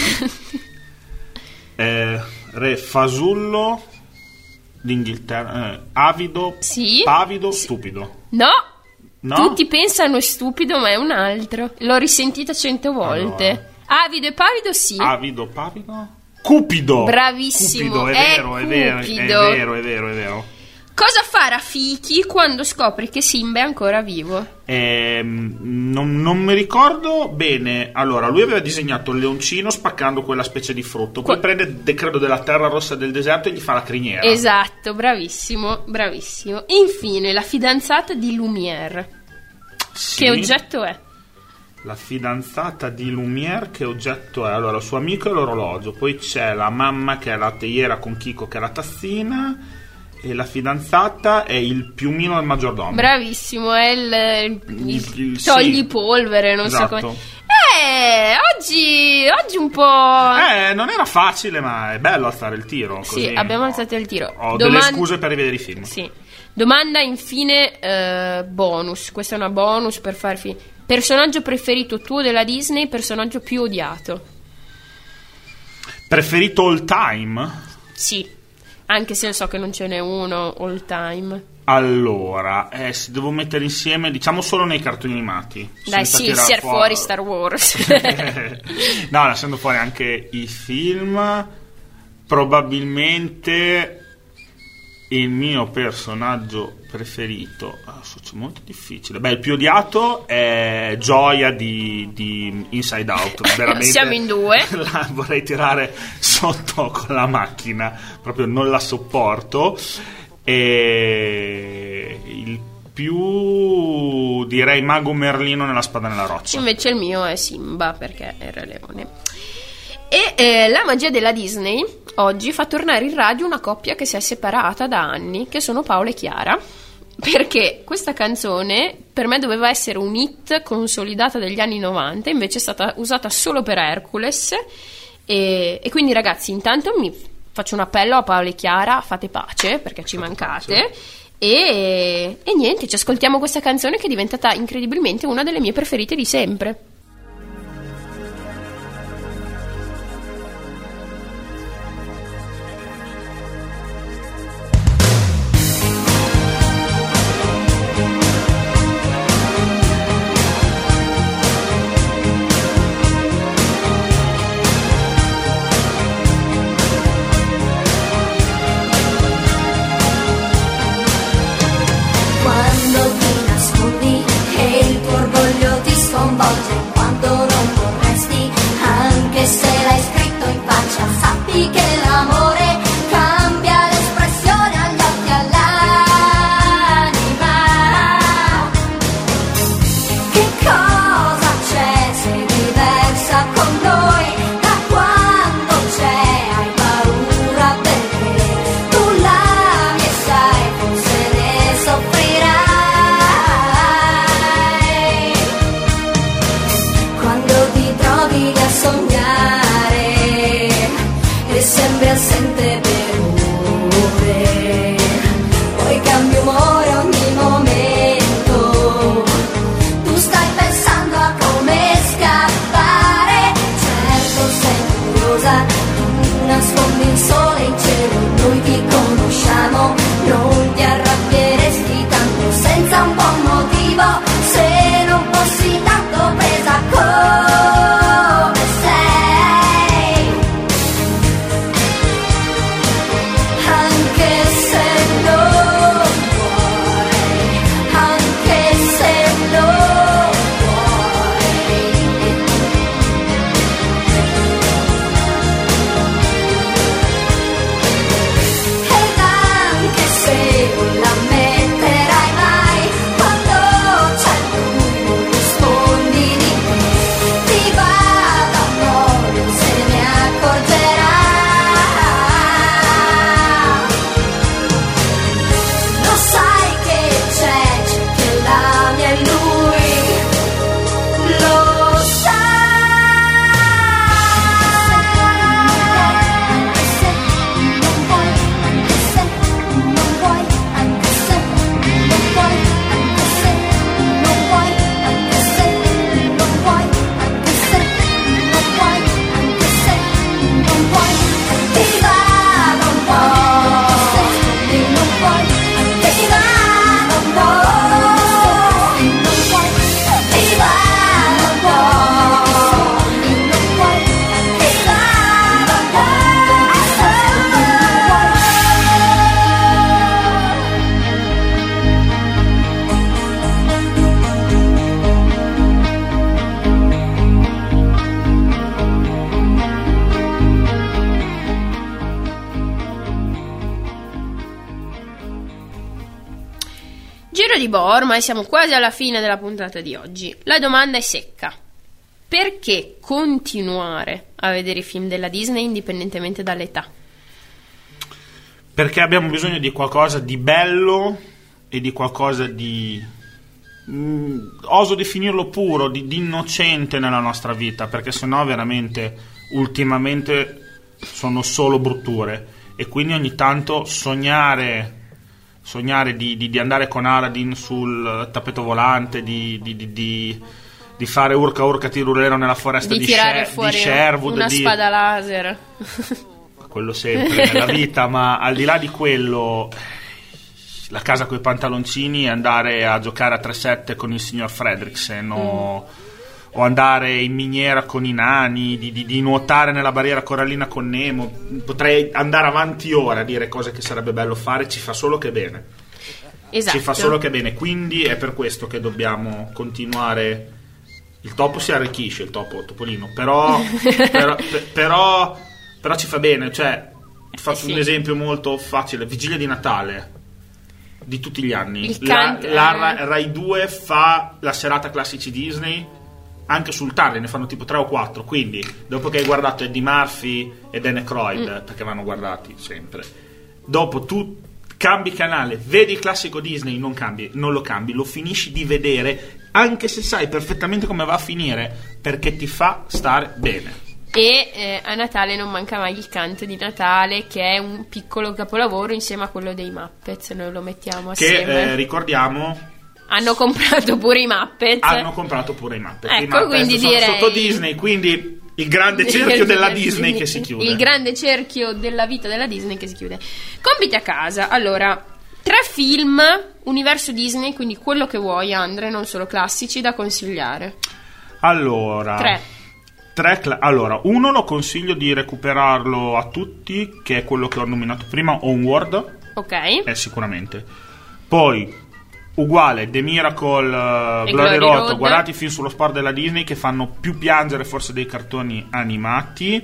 Re fasullo d'Inghilterra. Avido. Sì. Pavido. Stupido. No! No? Tutti pensano è stupido, ma è un altro. L'ho risentita 100 volte. Allora. Avido e pavido, sì. Avido, pavido. Cupido. Bravissimo, Cupido, è è vero, è vero, Cupido. è vero. Cosa fa Rafiki quando scopre che Simba è ancora vivo? Non mi ricordo bene. Allora, lui aveva disegnato il leoncino spaccando quella specie di frutto. Poi prende, credo, della terra rossa del deserto e gli fa la criniera. Esatto, bravissimo. Infine, la fidanzata di Lumière. Sì. Che oggetto è? La fidanzata di Lumière, che oggetto è? Allora, il suo amico è l'orologio. Poi c'è la mamma che è la teiera con Kiko che è la tazzina. E la fidanzata è il piumino del maggiordomo. Bravissimo, è il toglipolvere, non esatto. so come. Oggi un po'. Non era facile, ma è bello alzare il tiro. Così. Sì, abbiamo alzato il tiro. Ho delle scuse per rivedere i film. Sì. Domanda infine bonus. Questa è una bonus per farvi. Personaggio preferito tuo della Disney, personaggio più odiato? Preferito all time? Sì. Anche se so che non ce n'è uno all time. Allora, se devo mettere insieme, diciamo solo nei cartoni animati. Dai, sì, sia fuori Star Wars. No, lasciando fuori anche i film, probabilmente il mio personaggio preferito, è molto difficile. Beh, il più odiato è Gioia di Inside Out. Veramente siamo in due. La vorrei tirare sotto con la macchina, proprio non la sopporto. E il più, direi, Mago Merlino nella Spada nella Roccia. Invece il mio è Simba, perché era leone. E la magia della Disney oggi fa tornare in radio una coppia che si è separata da anni, che sono Paola e Chiara, perché questa canzone per me doveva essere un hit consolidata degli anni 90, invece è stata usata solo per Hercules. E quindi, ragazzi, intanto mi faccio un appello a Paola e Chiara: fate pace, perché ci mancate. E niente, ci ascoltiamo questa canzone che è diventata incredibilmente una delle mie preferite di sempre. Quando ti nascondi e il tuo orgoglio ti sconvolge, Giro di boa, ormai siamo quasi alla fine della puntata di oggi. La domanda è secca. Perché continuare a vedere i film della Disney indipendentemente dall'età? Perché abbiamo bisogno di qualcosa di bello e di qualcosa di... oso definirlo puro, di innocente nella nostra vita, perché sennò veramente ultimamente sono solo brutture. E quindi ogni tanto sognare di andare con Aladdin sul tappeto volante, di fare urca tirulero nella foresta di tirare fuori Sherwood, una spada laser. Quello sempre nella vita, ma al di là di quello, la casa coi pantaloncini e andare a giocare a 3-7 con il signor Fredricksen o andare in miniera con i nani, di nuotare nella barriera corallina con Nemo. Potrei andare avanti ora a dire cose che sarebbe bello fare, ci fa solo che bene. Esatto. Ci fa solo che bene, quindi è per questo che dobbiamo continuare. Il topo si arricchisce, il topolino, però ci fa bene. Cioè, faccio un esempio molto facile: Vigilia di Natale di tutti gli anni, la Rai 2 fa la serata classici Disney. Anche sul tardi ne fanno tipo 3 o 4, quindi dopo che hai guardato Eddie Murphy e Dan Aykroyd, perché vanno guardati sempre, dopo tu cambi canale, vedi il classico Disney, non lo cambi, lo finisci di vedere anche se sai perfettamente come va a finire, perché ti fa stare bene. E a Natale non manca mai il canto di Natale, che è un piccolo capolavoro insieme a quello dei Muppets. Noi lo mettiamo assieme, che ricordiamo hanno comprato pure i Muppets. Ecco, I Muppets quindi sono direi sotto Disney, quindi il grande cerchio della Disney che si chiude. Il grande cerchio della vita della Disney che si chiude. Compiti a casa. Allora, 3 film universo Disney, quindi quello che vuoi, Andre, non solo classici, da consigliare. Allora, 3 allora, uno lo consiglio di recuperarlo a tutti, che è quello che ho nominato prima, Onward. Ok. Sicuramente. Poi uguale, The Miracle, Glory Road. Guardate i film sullo sport della Disney che fanno più piangere forse dei cartoni animati.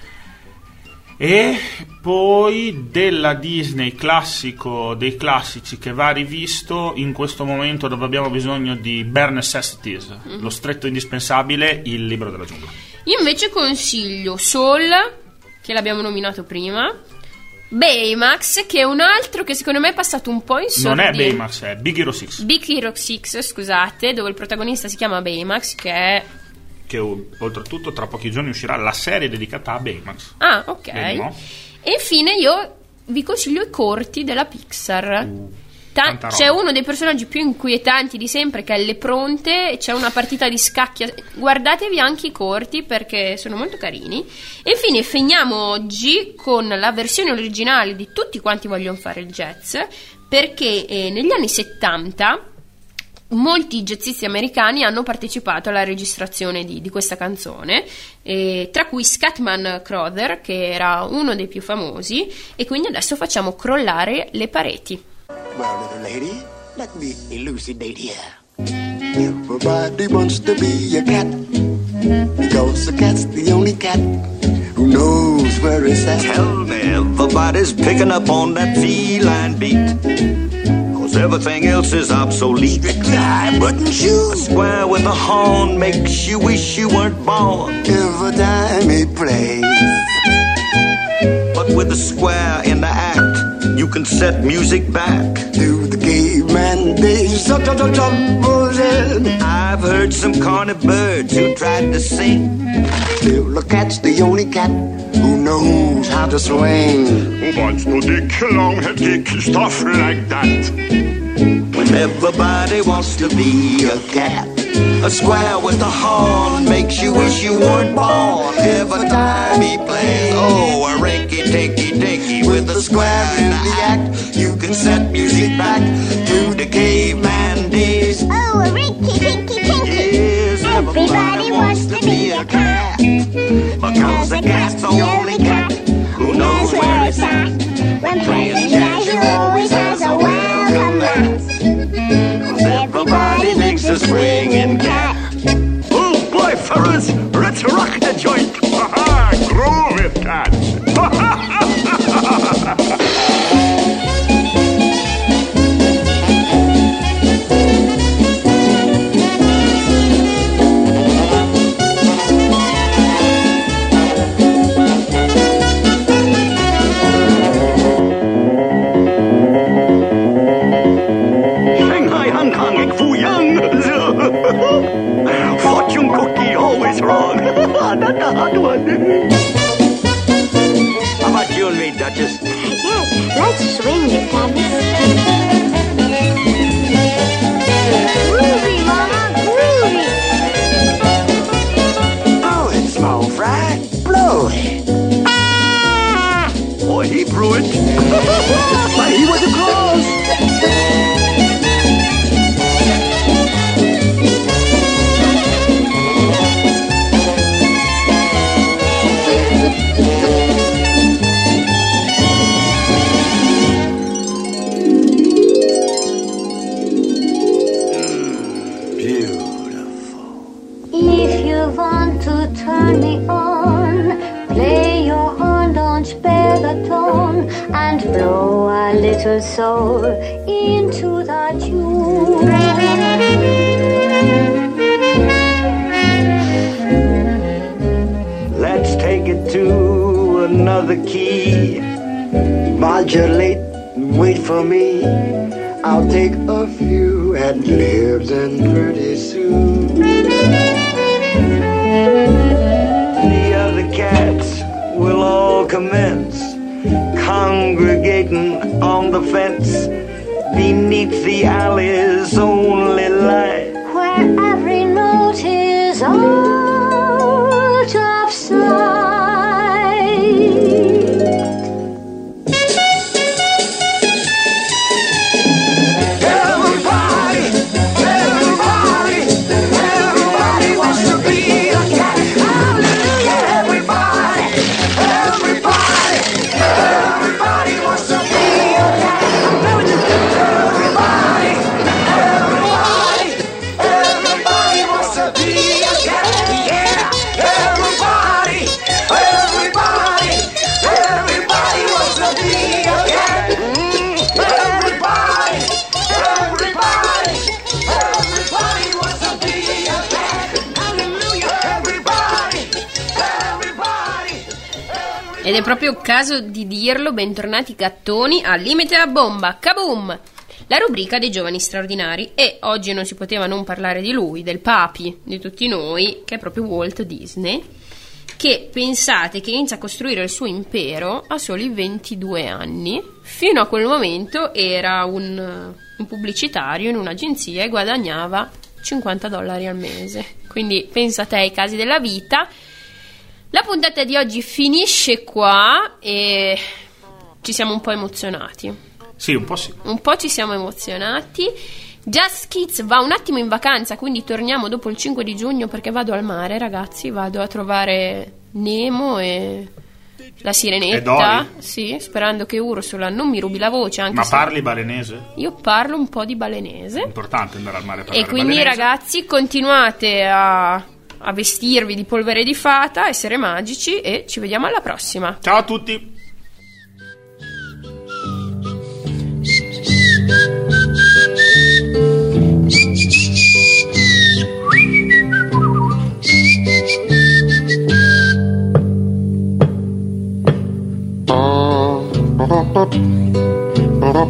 E poi della Disney classico dei classici che va rivisto in questo momento, dove abbiamo bisogno di bare necessities, lo stretto indispensabile, Il libro della giungla. Io invece consiglio Soul, che l'abbiamo nominato prima, Baymax, che è un altro che secondo me è passato un po' in sordina. Non è Baymax, è Big Hero 6. Big Hero 6, scusate, dove il protagonista si chiama Baymax, che oltretutto tra pochi giorni uscirà la serie dedicata a Baymax. Ah, ok. Vediamo. E infine io vi consiglio i corti della Pixar. C'è uno dei personaggi più inquietanti di sempre, che è Le Pronte. C'è una partita di scacchi. Guardatevi anche i corti perché sono molto carini. E infine finiamo oggi con la versione originale di Tutti quanti vogliono fare il jazz, perché negli anni 70 molti jazzisti americani hanno partecipato alla registrazione di questa canzone, tra cui Scatman Crothers, che era uno dei più famosi. E quindi adesso facciamo crollare le pareti. Well, little lady, let me elucidate here. Everybody wants to be a cat, because a cat's the only cat who knows where it's at. Tell me, everybody's picking up on that feline beat, cause everything else is obsolete. Strictly high button shoes, a square with a horn makes you wish you weren't born. Every time he plays, but with a square in the act, you can set music back to the caveman days. I've heard some corny birds who tried to sing. Still, the cat's the only cat who knows how to swing. What's no dick, long-head dick, stuff like that. When everybody wants to be a cat, a square with a horn makes you wish you weren't born. Every time he plays, oh, a rinky-tinky-dinky with a square in the act, you can set music back to the caveman days. Oh, a rinky-dinky-dinky. Yes, Everybody wants to be a cat, because a cat's the only cat who knows where it's at. When playing jazz, you always has a welcome mat. Everybody thinks a swinging cat. Oh boy, fellas, let's rock the joint. Ha-ha, groove it, cats. to soar into the tune. Let's take it to another key. Modulate, wait for me. I'll take a few ad-libs and pretty soon The other cats will all commence congregating on the fence beneath the alley's only light, where every note is out of sight. Everybody wants to be a cat. Hallelujah, everybody wants to be a cat. Everybody wants to be a cat. Yeah, everybody wants to be a cat. Everybody wants to be a cat. Hallelujah, everybody. Ed è proprio il caso di dirlo, bentornati gattoni al limite a bomba, kaboom! La rubrica dei giovani straordinari, e oggi non si poteva non parlare di lui, del papi di tutti noi, che è proprio Walt Disney, che pensate che inizia a costruire il suo impero a soli 22 anni. Fino a quel momento era un pubblicitario in un'agenzia e guadagnava $50 al mese. Quindi pensa te ai casi della vita. La puntata di oggi finisce qua e ci siamo un po' emozionati. Sì, un po' sì. Un po' ci siamo emozionati. Just Kids va un attimo in vacanza, quindi torniamo dopo il 5 di giugno perché vado al mare, ragazzi, vado a trovare Nemo e la sirenetta. Sì, sperando che Ursula non mi rubi la voce, anche Ma se parli balenese? io parlo un po' di balenese. È importante andare al mare a parlare E quindi balenese. ragazzi, continuate a vestirvi di polvere di fata, essere magici, e ci vediamo alla prossima. Ciao a tutti.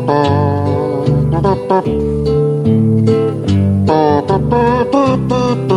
Ba-ba-ba-ba-ba-ba